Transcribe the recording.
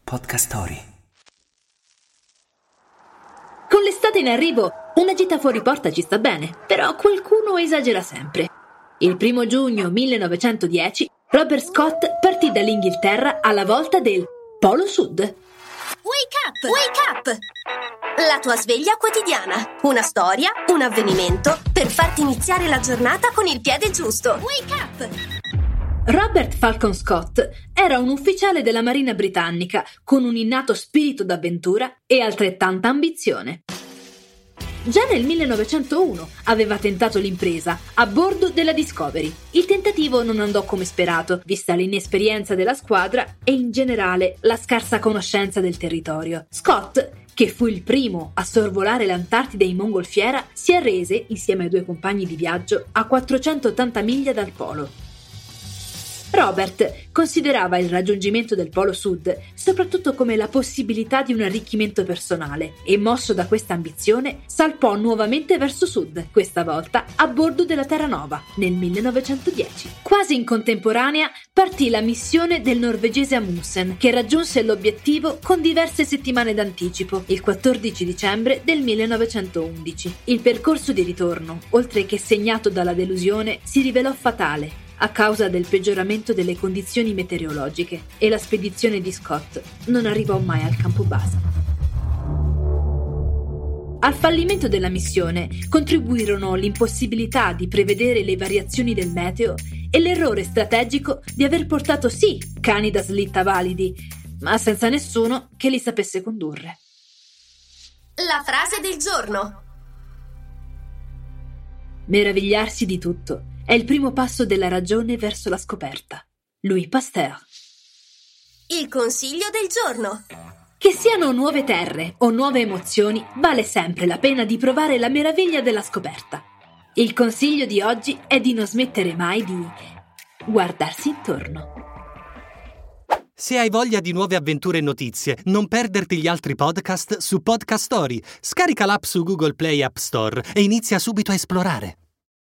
Podcast Story. Con l'estate in arrivo, una gita fuori porta ci sta bene, però qualcuno esagera sempre. Il 1 giugno 1910, Robert Scott partì dall'Inghilterra alla volta del Polo Sud. Wake up! Wake up! La tua sveglia quotidiana. Una storia, un avvenimento per farti iniziare la giornata con il piede giusto. Wake up! Robert Falcon Scott era un ufficiale della Marina britannica con un innato spirito d'avventura e altrettanta ambizione. Già nel 1901 aveva tentato l'impresa a bordo della Discovery. Il tentativo non andò come sperato, vista l'inesperienza della squadra e in generale la scarsa conoscenza del territorio. Scott, che fu il primo a sorvolare l'Antartide in mongolfiera, si arrese, insieme ai due compagni di viaggio, a 480 miglia dal polo. Robert considerava il raggiungimento del Polo Sud soprattutto come la possibilità di un arricchimento personale e, mosso da questa ambizione, salpò nuovamente verso sud, questa volta a bordo della Terranova, nel 1910. Quasi in contemporanea partì la missione del norvegese Amundsen, che raggiunse l'obiettivo con diverse settimane d'anticipo, il 14 dicembre del 1911. Il percorso di ritorno, oltre che segnato dalla delusione, si rivelò fatale a causa del peggioramento delle condizioni meteorologiche e la spedizione di Scott non arrivò mai al campo base. Al fallimento della missione contribuirono l'impossibilità di prevedere le variazioni del meteo e l'errore strategico di aver portato sì cani da slitta validi, ma senza nessuno che li sapesse condurre. La frase del giorno. Meravigliarsi di tutto è il primo passo della ragione verso la scoperta. Louis Pasteur. Il consiglio del giorno. Che siano nuove terre o nuove emozioni, vale sempre la pena di provare la meraviglia della scoperta. Il consiglio di oggi è di non smettere mai di guardarsi intorno. Se hai voglia di nuove avventure e notizie, non perderti gli altri podcast su Podcast Story. Scarica l'app su Google Play App Store e inizia subito a esplorare.